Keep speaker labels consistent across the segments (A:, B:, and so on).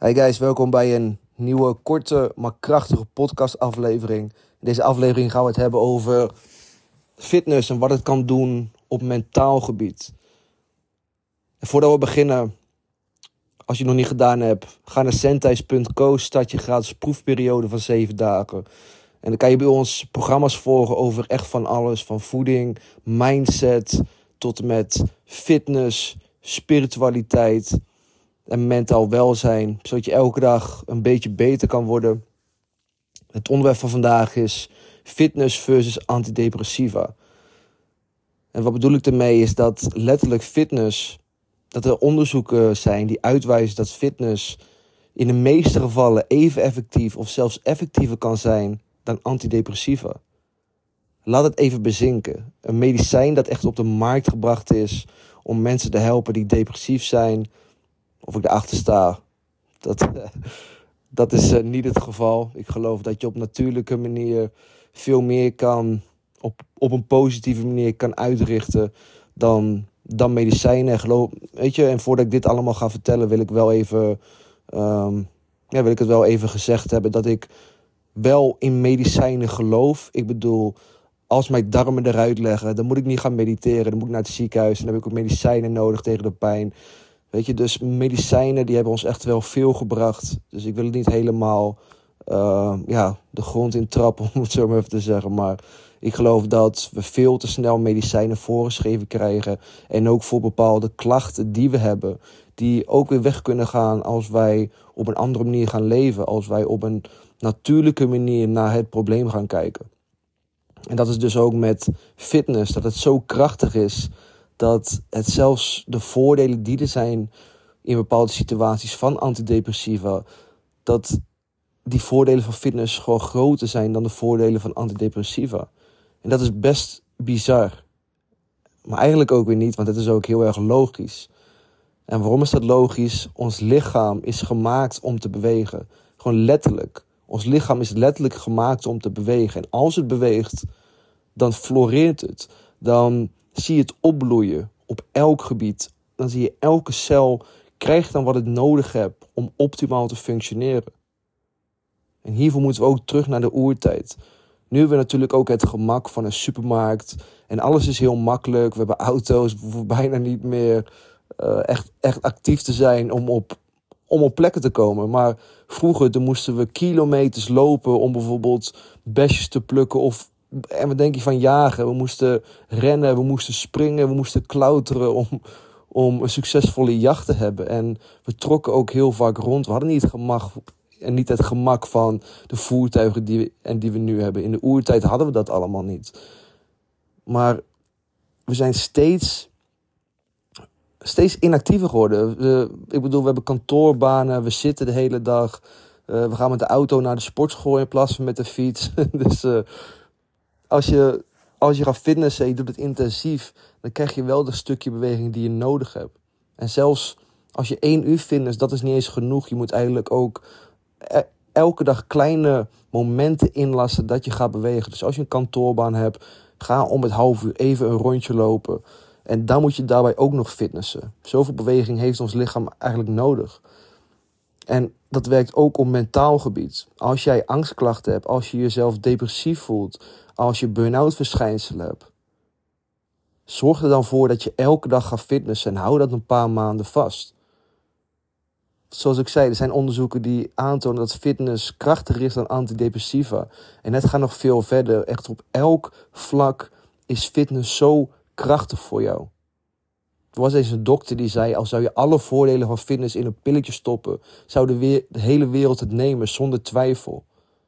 A: Hey guys, welkom bij een nieuwe korte maar krachtige podcastaflevering. In deze aflevering gaan we het hebben over fitness en wat het kan doen op mentaal gebied. En voordat we beginnen, als je het nog niet gedaan hebt, ga naar Sentice.co, start je gratis proefperiode van 7 dagen. En dan kan je bij ons programma's volgen over echt van alles, van voeding, mindset, tot en met fitness, spiritualiteit en mentaal welzijn, zodat je elke dag een beetje beter kan worden. Het onderwerp van vandaag is fitness versus antidepressiva. En wat bedoel ik ermee is dat letterlijk fitness, dat er onderzoeken zijn die uitwijzen dat fitness in de meeste gevallen even effectief of zelfs effectiever kan zijn dan antidepressiva. Laat het even bezinken. Een medicijn dat echt op de markt gebracht is om mensen te helpen die depressief zijn. Of ik erachter sta, dat is niet het geval. Ik geloof dat je op natuurlijke manier veel meer kan, op een positieve manier kan uitrichten dan medicijnen. Weet je, en voordat ik dit allemaal ga vertellen, wil ik het wel even gezegd hebben dat ik wel in medicijnen geloof. Ik bedoel, als mijn darmen eruit leggen, dan moet ik niet gaan mediteren. Dan moet ik naar het ziekenhuis en dan heb ik ook medicijnen nodig tegen de pijn. Weet je, dus medicijnen die hebben ons echt wel veel gebracht. Dus ik wil het niet helemaal de grond in trappen, om het zo maar even te zeggen. Maar ik geloof dat we veel te snel medicijnen voorgeschreven krijgen. En ook voor bepaalde klachten die we hebben, die ook weer weg kunnen gaan als wij op een andere manier gaan leven. Als wij op een natuurlijke manier naar het probleem gaan kijken. En dat is dus ook met fitness, dat het zo krachtig is dat het zelfs de voordelen die er zijn in bepaalde situaties van antidepressiva, dat die voordelen van fitness gewoon groter zijn dan de voordelen van antidepressiva. En dat is best bizar. Maar eigenlijk ook weer niet, want het is ook heel erg logisch. En waarom is dat logisch? Ons lichaam is gemaakt om te bewegen. Gewoon letterlijk. Ons lichaam is letterlijk gemaakt om te bewegen. En als het beweegt, dan floreert het. Dan zie je het opbloeien op elk gebied. Dan zie je elke cel krijgt dan wat het nodig hebt om optimaal te functioneren. En hiervoor moeten we ook terug naar de oertijd. Nu hebben we natuurlijk ook het gemak van een supermarkt. En alles is heel makkelijk. We hebben auto's. We hoeven bijna niet meer echt actief te zijn om op plekken te komen. Maar vroeger moesten we kilometers lopen om bijvoorbeeld besjes te plukken en wat denk je van jagen? We moesten rennen, we moesten springen, we moesten klauteren om een succesvolle jacht te hebben. En we trokken ook heel vaak rond. We hadden niet het gemak van de voertuigen die we nu hebben. In de oertijd hadden we dat allemaal niet. Maar we zijn steeds inactiever geworden. We hebben kantoorbanen, we zitten de hele dag. We gaan met de auto naar de sportschool in plaats van met de fiets. Dus als je gaat fitnessen en je doet het intensief, dan krijg je wel dat stukje beweging die je nodig hebt. En zelfs als je 1 uur fitness, dat is niet eens genoeg. Je moet eigenlijk ook elke dag kleine momenten inlassen dat je gaat bewegen. Dus als je een kantoorbaan hebt, ga om het half uur even een rondje lopen. En dan moet je daarbij ook nog fitnessen. Zoveel beweging heeft ons lichaam eigenlijk nodig. En dat werkt ook op mentaal gebied. Als jij angstklachten hebt, als je jezelf depressief voelt, als je burn-out verschijnselen hebt, zorg er dan voor dat je elke dag gaat fitnessen en hou dat een paar maanden vast. Zoals ik zei, er zijn onderzoeken die aantonen dat fitness krachtiger is dan antidepressiva. En het gaat nog veel verder. Echt op elk vlak is fitness zo krachtig voor jou. Er was eens een dokter die zei, als zou je alle voordelen van fitness in een pilletje stoppen, zou de hele wereld het nemen zonder twijfel.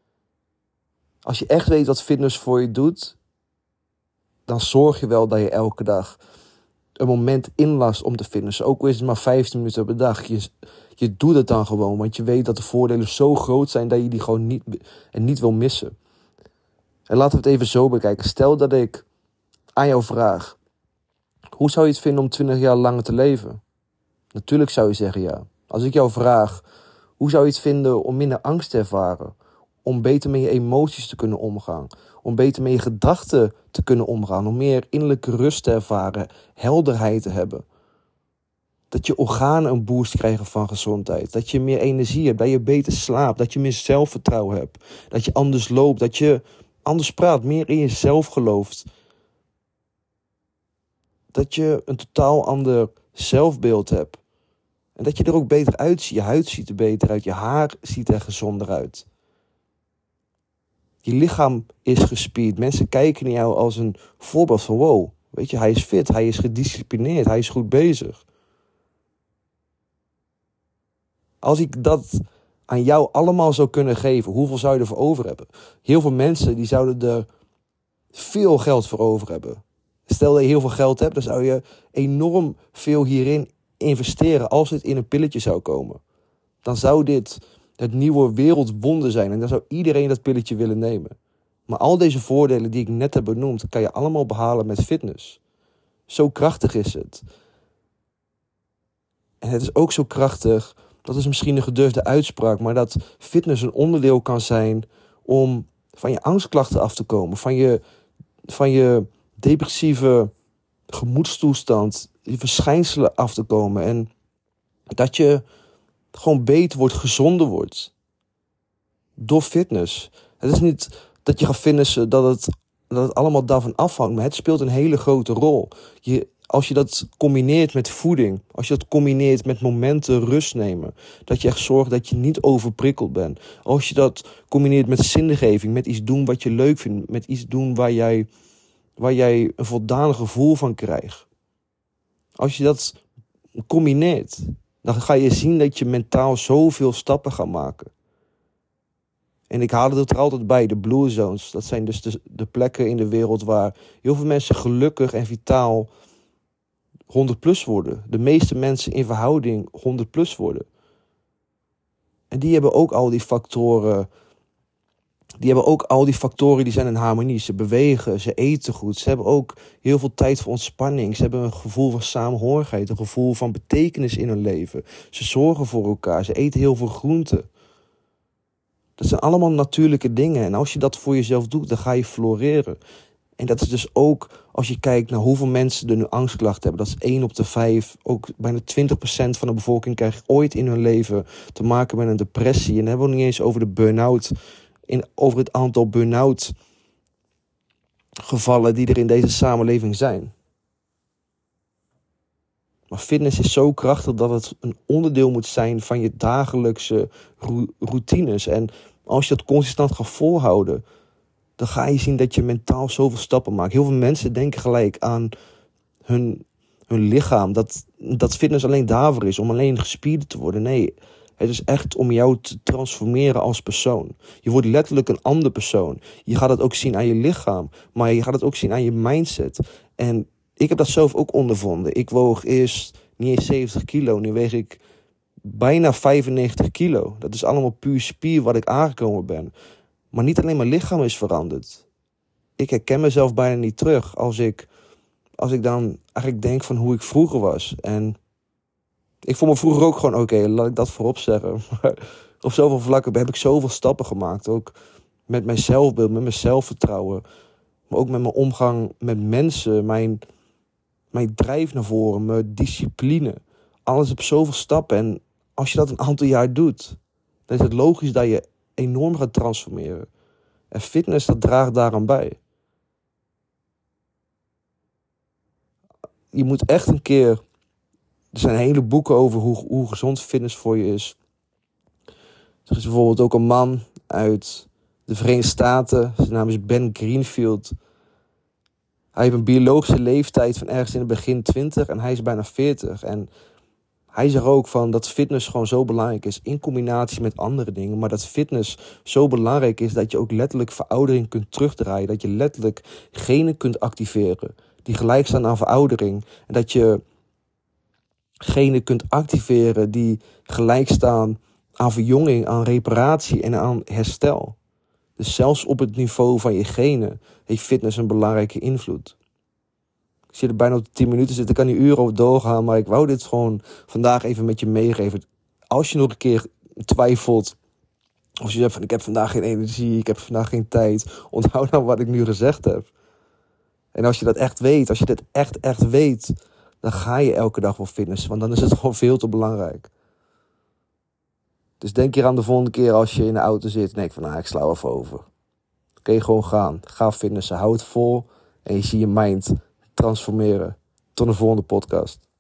A: Als je echt weet wat fitness voor je doet, dan zorg je wel dat je elke dag een moment inlast om te fitnessen. Ook al is het maar 15 minuten per dag. Je doet het dan gewoon, want je weet dat de voordelen zo groot zijn dat je die gewoon niet wil missen. En laten we het even zo bekijken. Stel dat ik aan jou vraag, hoe zou je het vinden om 20 jaar langer te leven? Natuurlijk zou je zeggen ja. Als ik jou vraag, hoe zou je het vinden om minder angst te ervaren? Om beter met je emoties te kunnen omgaan. Om beter met je gedachten te kunnen omgaan. Om meer innerlijke rust te ervaren. Helderheid te hebben. dat je organen een boost krijgen van gezondheid. Dat je meer energie hebt, dat je beter slaapt, dat je meer zelfvertrouwen hebt. Dat je anders loopt, dat je anders praat, meer in jezelf gelooft. Dat je een totaal ander zelfbeeld hebt. En dat je er ook beter uitziet. Je huid ziet er beter uit, je haar ziet er gezonder uit. Je lichaam is gespierd. Mensen kijken naar jou als een voorbeeld van wow. Weet je, hij is fit, hij is gedisciplineerd, hij is goed bezig. Als ik dat aan jou allemaal zou kunnen geven, hoeveel zou je ervoor over hebben? Heel veel mensen die zouden er veel geld voor over hebben. Stel dat je heel veel geld hebt, dan zou je enorm veel hierin investeren als het in een pilletje zou komen. Dan zou dit het nieuwe wereldwonder zijn en dan zou iedereen dat pilletje willen nemen. Maar al deze voordelen die ik net heb benoemd, kan je allemaal behalen met fitness. Zo krachtig is het. En het is ook zo krachtig, dat is misschien een gedurfde uitspraak, maar dat fitness een onderdeel kan zijn om van je angstklachten af te komen, van je depressieve gemoedstoestand, die verschijnselen af te komen. En dat je gewoon beter wordt, gezonder wordt. Door fitness. Het is niet dat je gaat fitnessen dat het allemaal daarvan afhangt, maar het speelt een hele grote rol. Als je dat combineert met voeding, als je dat combineert met momenten rust nemen, dat je echt zorgt dat je niet overprikkeld bent. Als je dat combineert met zingeving, met iets doen wat je leuk vindt, met iets doen waar jij een voldaan gevoel van krijgt. Als je dat combineert, dan ga je zien dat je mentaal zoveel stappen gaat maken. En ik haal het er altijd bij, de Blue Zones. Dat zijn dus de plekken in de wereld waar heel veel mensen gelukkig en vitaal 100+ worden. De meeste mensen in verhouding 100+ worden. En die hebben ook al die factoren. Die zijn in harmonie. Ze bewegen, ze eten goed. Ze hebben ook heel veel tijd voor ontspanning. Ze hebben een gevoel van samenhorigheid, een gevoel van betekenis in hun leven. Ze zorgen voor elkaar, ze eten heel veel groenten. Dat zijn allemaal natuurlijke dingen. En als je dat voor jezelf doet, dan ga je floreren. En dat is dus ook, als je kijkt naar hoeveel mensen er nu angstklachten hebben. Dat is 1 op de 5. Ook bijna 20% van de bevolking krijgt ooit in hun leven te maken met een depressie. En dan hebben we het niet eens over de burn-out. Over het aantal burn-out gevallen die er in deze samenleving zijn. Maar fitness is zo krachtig dat het een onderdeel moet zijn van je dagelijkse routines. En als je dat consistent gaat volhouden, dan ga je zien dat je mentaal zoveel stappen maakt. Heel veel mensen denken gelijk aan hun lichaam. Dat fitness alleen daarvoor is, om alleen gespierd te worden. Nee, het is echt om jou te transformeren als persoon. Je wordt letterlijk een ander persoon. Je gaat het ook zien aan je lichaam, maar je gaat het ook zien aan je mindset. En ik heb dat zelf ook ondervonden. Ik woog eerst niet eens 70 kilo. Nu weeg ik bijna 95 kilo. Dat is allemaal puur spier wat ik aangekomen ben. Maar niet alleen mijn lichaam is veranderd. Ik herken mezelf bijna niet terug als ik dan eigenlijk denk van hoe ik vroeger was. En ik vond me vroeger ook gewoon oké, laat ik dat voorop zeggen. Maar op zoveel vlakken heb ik zoveel stappen gemaakt. Ook met mijn zelfbeeld, met mijn zelfvertrouwen. Maar ook met mijn omgang met mensen, mijn drijf naar voren, mijn discipline. Alles op zoveel stappen. En als je dat een aantal jaar doet, dan is het logisch dat je enorm gaat transformeren. En fitness, dat draagt daaraan bij. Je moet echt een keer... Er zijn hele boeken over hoe gezond fitness voor je is. Er is bijvoorbeeld ook een man uit de Verenigde Staten. Zijn naam is Ben Greenfield. Hij heeft een biologische leeftijd van ergens in het begin 20 en hij is bijna 40. En hij zegt ook van dat fitness gewoon zo belangrijk is in combinatie met andere dingen. Maar dat fitness zo belangrijk is dat je ook letterlijk veroudering kunt terugdraaien. Dat je letterlijk genen kunt activeren die gelijk staan aan veroudering. En dat je genen kunt activeren die gelijk staan aan verjonging, aan reparatie en aan herstel. Dus zelfs op het niveau van je genen heeft fitness een belangrijke invloed. Ik zit er bijna op de 10 minuten zitten, ik kan hier uren over doorgaan, maar ik wou dit gewoon vandaag even met je meegeven. Als je nog een keer twijfelt, of je zegt van ik heb vandaag geen energie, ik heb vandaag geen tijd, onthoud nou wat ik nu gezegd heb. En als je dat echt weet, als je dit echt weet, dan ga je elke dag wel fitnessen. Want dan is het gewoon veel te belangrijk. Dus denk hier aan de volgende keer als je in de auto zit. En denk van, ik sla even over. Kun je gewoon gaan. Ga fitnessen. Hou het vol. En je ziet je mind transformeren. Tot de volgende podcast.